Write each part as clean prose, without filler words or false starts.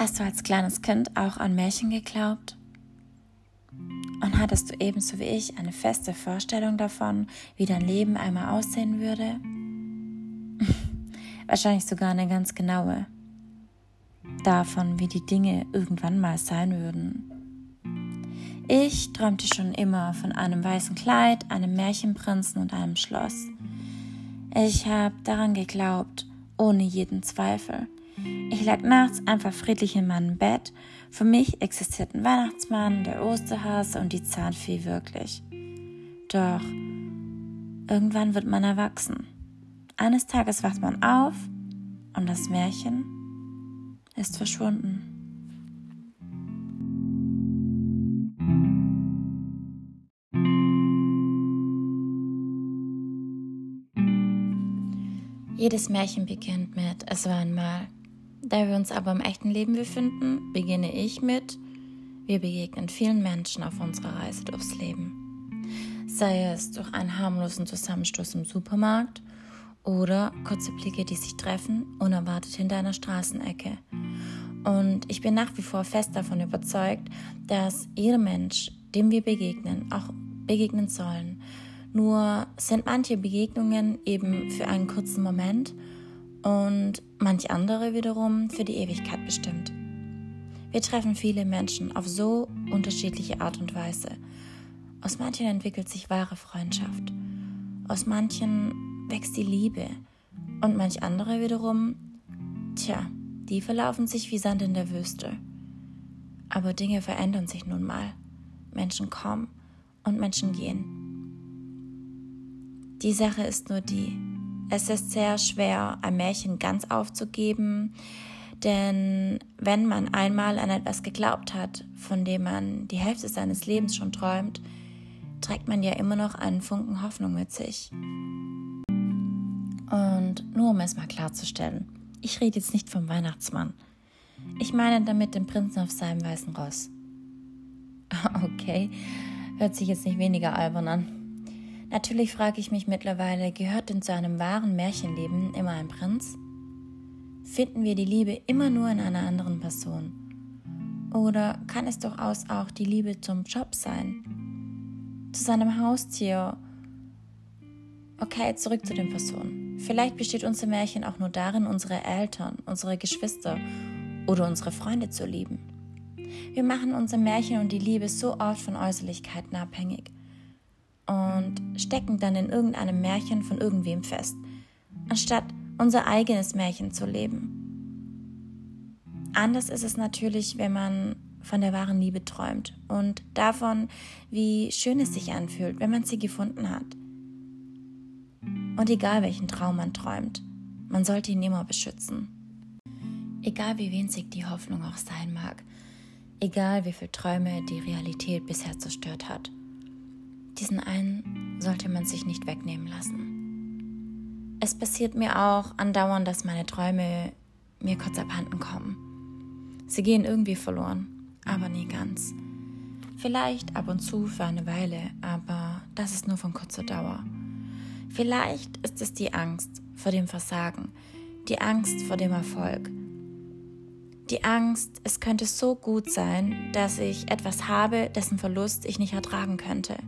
Hast du als kleines Kind auch an Märchen geglaubt? Und hattest du ebenso wie ich eine feste Vorstellung davon, wie dein Leben einmal aussehen würde? Wahrscheinlich sogar eine ganz genaue. Davon, wie die Dinge irgendwann mal sein würden. Ich träumte schon immer von einem weißen Kleid, einem Märchenprinzen und einem Schloss. Ich habe daran geglaubt, ohne jeden Zweifel. Ich lag nachts einfach friedlich in meinem Bett. Für mich existierten Weihnachtsmann, der Osterhase und die Zahnfee wirklich. Doch irgendwann wird man erwachsen. Eines Tages wacht man auf und das Märchen ist verschwunden. Jedes Märchen beginnt mit "Es war einmal". Da wir uns aber im echten Leben befinden, beginne ich mit: Wir begegnen vielen Menschen auf unserer Reise durchs Leben. Sei es durch einen harmlosen Zusammenstoß im Supermarkt oder kurze Blicke, die sich treffen, unerwartet hinter einer Straßenecke. Und ich bin nach wie vor fest davon überzeugt, dass jeder Mensch, dem wir begegnen, auch begegnen sollen. Nur sind manche Begegnungen eben für einen kurzen Moment und manch andere wiederum für die Ewigkeit bestimmt. Wir treffen viele Menschen auf so unterschiedliche Art und Weise. Aus manchen entwickelt sich wahre Freundschaft, aus manchen wächst die Liebe und manch andere wiederum, die verlaufen sich wie Sand in der Wüste. Aber Dinge verändern sich nun mal. Menschen kommen und Menschen gehen. Die Sache ist nur die: Es ist sehr schwer, ein Märchen ganz aufzugeben, denn wenn man einmal an etwas geglaubt hat, von dem man die Hälfte seines Lebens schon träumt, trägt man ja immer noch einen Funken Hoffnung mit sich. Und nur um es mal klarzustellen, ich rede jetzt nicht vom Weihnachtsmann. Ich meine damit den Prinzen auf seinem weißen Ross. Okay, hört sich jetzt nicht weniger albern an. Natürlich frage ich mich mittlerweile, gehört denn zu einem wahren Märchenleben immer ein Prinz? Finden wir die Liebe immer nur in einer anderen Person? Oder kann es durchaus auch die Liebe zum Job sein? Zu seinem Haustier? Okay, zurück zu den Personen. Vielleicht besteht unser Märchen auch nur darin, unsere Eltern, unsere Geschwister oder unsere Freunde zu lieben. Wir machen unser Märchen und die Liebe so oft von Äußerlichkeiten abhängig und stecken dann in irgendeinem Märchen von irgendwem fest, anstatt unser eigenes Märchen zu leben. Anders ist es natürlich, wenn man von der wahren Liebe träumt und davon, wie schön es sich anfühlt, wenn man sie gefunden hat. Und egal welchen Traum man träumt, man sollte ihn immer beschützen. Egal wie winzig die Hoffnung auch sein mag, egal wie viele Träume die Realität bisher zerstört hat. Diesen einen sollte man sich nicht wegnehmen lassen. Es passiert mir auch andauernd, dass meine Träume mir kurz abhanden kommen. Sie gehen irgendwie verloren, aber nie ganz. Vielleicht ab und zu für eine Weile, aber das ist nur von kurzer Dauer. Vielleicht ist es die Angst vor dem Versagen, die Angst vor dem Erfolg. Die Angst, es könnte so gut sein, dass ich etwas habe, dessen Verlust ich nicht ertragen könnte.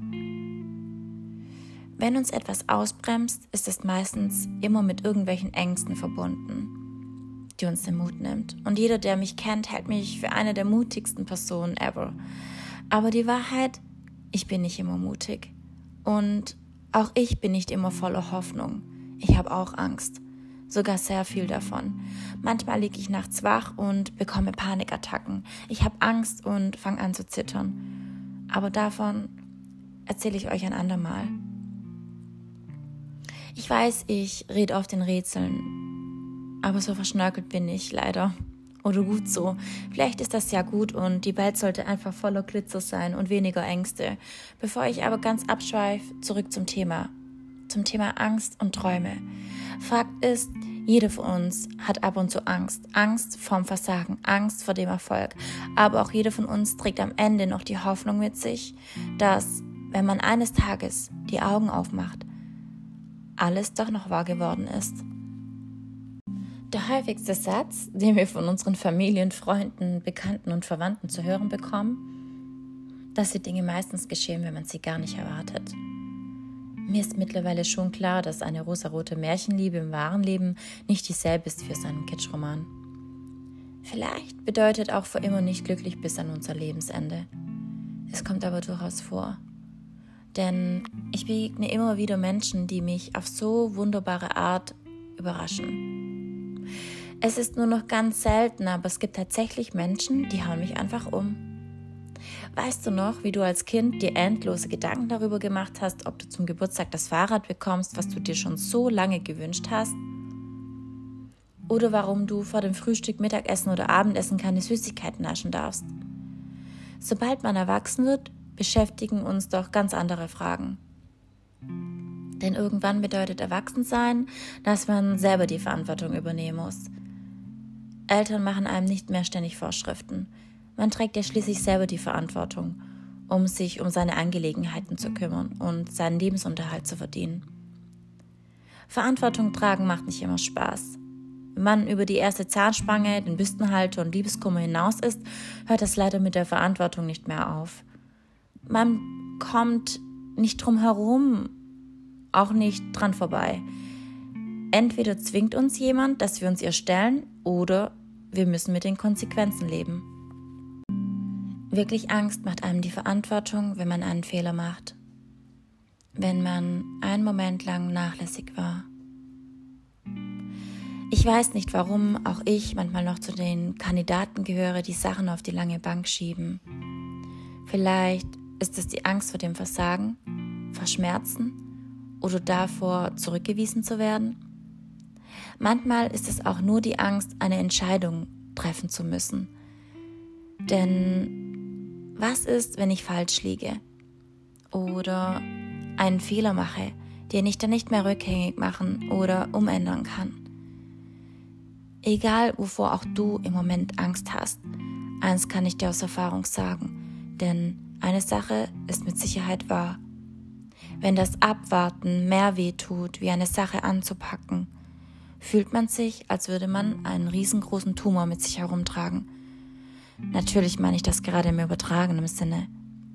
Wenn uns etwas ausbremst, ist es meistens immer mit irgendwelchen Ängsten verbunden, die uns den Mut nimmt. Und jeder, der mich kennt, hält mich für eine der mutigsten Personen ever. Aber die Wahrheit, ich bin nicht immer mutig. Und auch ich bin nicht immer voller Hoffnung. Ich habe auch Angst. Sogar sehr viel davon. Manchmal liege ich nachts wach und bekomme Panikattacken. Ich habe Angst und fange an zu zittern. Aber davon erzähle ich euch ein andermal. Ich weiß, ich rede oft in Rätseln, aber so verschnörkelt bin ich leider. Oder gut so. Vielleicht ist das ja gut und die Welt sollte einfach voller Glitzer sein und weniger Ängste. Bevor ich aber ganz abschweife, zurück zum Thema. Zum Thema Angst und Träume. Fakt ist, jeder von uns hat ab und zu Angst. Angst vorm Versagen, Angst vor dem Erfolg. Aber auch jeder von uns trägt am Ende noch die Hoffnung mit sich, dass, wenn man eines Tages die Augen aufmacht, alles doch noch wahr geworden ist. Der häufigste Satz, den wir von unseren Familien, Freunden, Bekannten und Verwandten zu hören bekommen, dass die Dinge meistens geschehen, wenn man sie gar nicht erwartet. Mir ist mittlerweile schon klar, dass eine rosarote Märchenliebe im wahren Leben nicht dieselbe ist wie aus einem Kitschroman. Vielleicht bedeutet auch für immer nicht glücklich bis an unser Lebensende. Es kommt aber durchaus vor. Denn ich begegne immer wieder Menschen, die mich auf so wunderbare Art überraschen. Es ist nur noch ganz selten, aber es gibt tatsächlich Menschen, die hauen mich einfach um. Weißt du noch, wie du als Kind dir endlose Gedanken darüber gemacht hast, ob du zum Geburtstag das Fahrrad bekommst, was du dir schon so lange gewünscht hast? Oder warum du vor dem Frühstück, Mittagessen oder Abendessen keine Süßigkeiten naschen darfst? Sobald man erwachsen wird, beschäftigen uns doch ganz andere Fragen. Denn irgendwann bedeutet Erwachsensein, dass man selber die Verantwortung übernehmen muss. Eltern machen einem nicht mehr ständig Vorschriften. Man trägt ja schließlich selber die Verantwortung, um sich um seine Angelegenheiten zu kümmern und seinen Lebensunterhalt zu verdienen. Verantwortung tragen macht nicht immer Spaß. Wenn man über die erste Zahnspange, den Büstenhalter und Liebeskummer hinaus ist, hört das leider mit der Verantwortung nicht mehr auf. Man kommt nicht drum herum, auch nicht dran vorbei. Entweder zwingt uns jemand, dass wir uns ihr stellen, oder wir müssen mit den Konsequenzen leben. Wirklich Angst macht einem die Verantwortung, wenn man einen Fehler macht. Wenn man einen Moment lang nachlässig war. Ich weiß nicht, warum auch ich manchmal noch zu den Kandidaten gehöre, die Sachen auf die lange Bank schieben. Vielleicht ist es die Angst vor dem Versagen, vor Schmerzen oder davor, zurückgewiesen zu werden. Manchmal ist es auch nur die Angst, eine Entscheidung treffen zu müssen. Denn was ist, wenn ich falsch liege oder einen Fehler mache, den ich dann nicht mehr rückgängig machen oder umändern kann? Egal, wovor auch du im Moment Angst hast, eins kann ich dir aus Erfahrung sagen, denn eine Sache ist mit Sicherheit wahr. Wenn das Abwarten mehr weh tut, wie eine Sache anzupacken, fühlt man sich, als würde man einen riesengroßen Tumor mit sich herumtragen. Natürlich meine ich das gerade im übertragenen Sinne.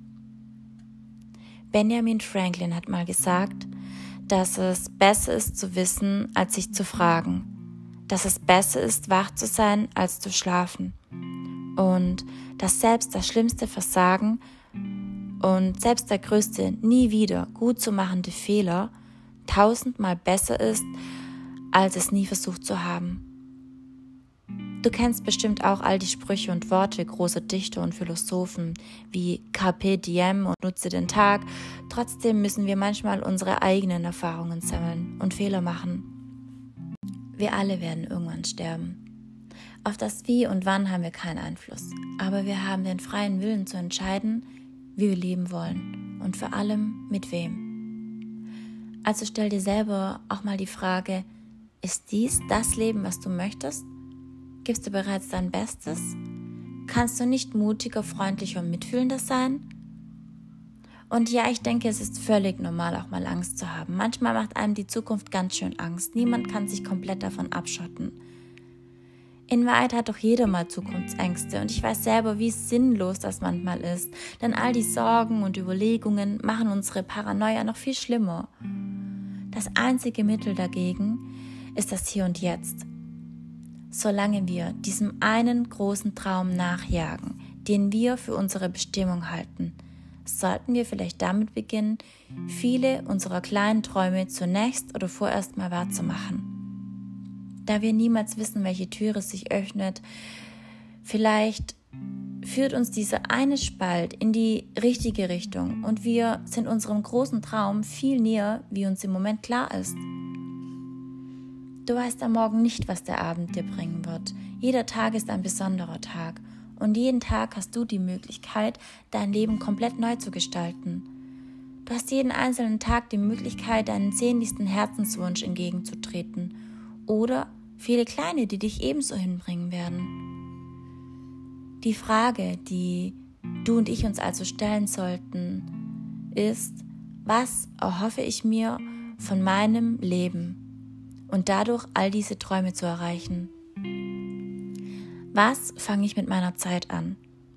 Benjamin Franklin hat mal gesagt, dass es besser ist zu wissen, als sich zu fragen. Dass es besser ist, wach zu sein, als zu schlafen. Und dass selbst das schlimmste Versagen und selbst der größte, nie wieder gut zu machende Fehler 1000-mal besser ist, als es nie versucht zu haben. Du kennst bestimmt auch all die Sprüche und Worte großer Dichter und Philosophen wie Carpe diem und nutze den Tag. Trotzdem müssen wir manchmal unsere eigenen Erfahrungen sammeln und Fehler machen. Wir alle werden irgendwann sterben. Auf das Wie und Wann haben wir keinen Einfluss, aber wir haben den freien Willen zu entscheiden, wie wir leben wollen und vor allem mit wem. Also stell dir selber auch mal die Frage, ist dies das Leben, was du möchtest? Gibst du bereits dein Bestes? Kannst du nicht mutiger, freundlicher und mitfühlender sein? Und ja, ich denke, es ist völlig normal, auch mal Angst zu haben. Manchmal macht einem die Zukunft ganz schön Angst. Niemand kann sich komplett davon abschotten. In Wahrheit hat doch jeder mal Zukunftsängste und ich weiß selber, wie sinnlos das manchmal ist. Denn all die Sorgen und Überlegungen machen unsere Paranoia noch viel schlimmer. Das einzige Mittel dagegen ist das Hier und Jetzt. Solange wir diesem einen großen Traum nachjagen, den wir für unsere Bestimmung halten, sollten wir vielleicht damit beginnen, viele unserer kleinen Träume zunächst oder vorerst mal wahrzumachen. Da wir niemals wissen, welche Türe sich öffnet, vielleicht führt uns dieser eine Spalt in die richtige Richtung und wir sind unserem großen Traum viel näher, wie uns im Moment klar ist. Du weißt am Morgen nicht, was der Abend dir bringen wird. Jeder Tag ist ein besonderer Tag und jeden Tag hast du die Möglichkeit, dein Leben komplett neu zu gestalten. Du hast jeden einzelnen Tag die Möglichkeit, deinen sehnlichsten Herzenswunsch entgegenzutreten oder viele kleine, die dich ebenso hinbringen werden. Die Frage, die du und ich uns also stellen sollten, ist, was erhoffe ich mir von meinem Leben? und dadurch all diese Träume zu erreichen. Was fange ich mit meiner Zeit an?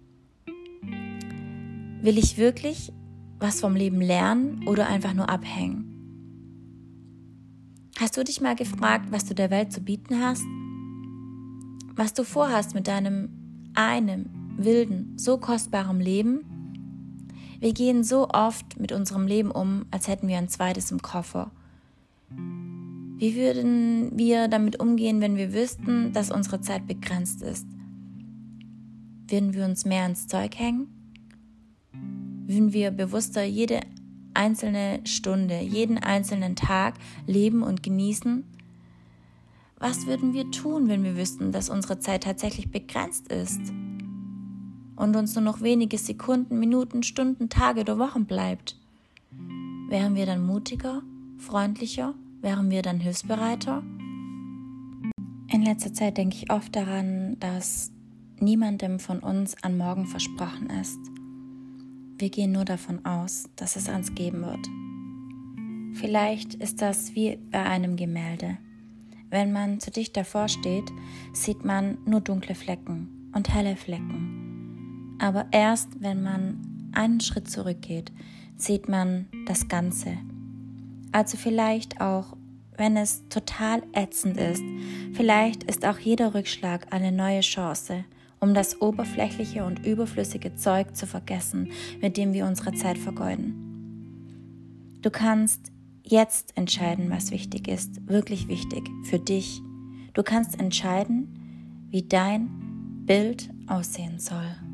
Will ich wirklich was vom Leben lernen oder einfach nur abhängen? Hast du dich mal gefragt, was du der Welt zu bieten hast? Was du vorhast mit deinem wilden, so kostbaren Leben? Wir gehen so oft mit unserem Leben um, als hätten wir ein zweites im Koffer. Wie würden wir damit umgehen, wenn wir wüssten, dass unsere Zeit begrenzt ist? Würden wir uns mehr ins Zeug hängen? Würden wir bewusster jede einzelne Stunde, jeden einzelnen Tag leben und genießen? Was würden wir tun, wenn wir wüssten, dass unsere Zeit tatsächlich begrenzt ist und uns nur noch wenige Sekunden, Minuten, Stunden, Tage oder Wochen bleibt? Wären wir dann mutiger, freundlicher? Wären wir dann hilfsbereiter? In letzter Zeit denke ich oft daran, dass niemandem von uns ein Morgen versprochen ist. Wir gehen nur davon aus, dass es eins geben wird. Vielleicht ist das wie bei einem Gemälde. Wenn man zu dicht davor steht, sieht man nur dunkle Flecken und helle Flecken. Aber erst wenn man einen Schritt zurückgeht, sieht man das Ganze. Also vielleicht auch, wenn es total ätzend ist, vielleicht ist auch jeder Rückschlag eine neue Chance, um das oberflächliche und überflüssige Zeug zu vergessen, mit dem wir unsere Zeit vergeuden. Du kannst jetzt entscheiden, was wichtig ist, wirklich wichtig für dich. Du kannst entscheiden, wie dein Bild aussehen soll.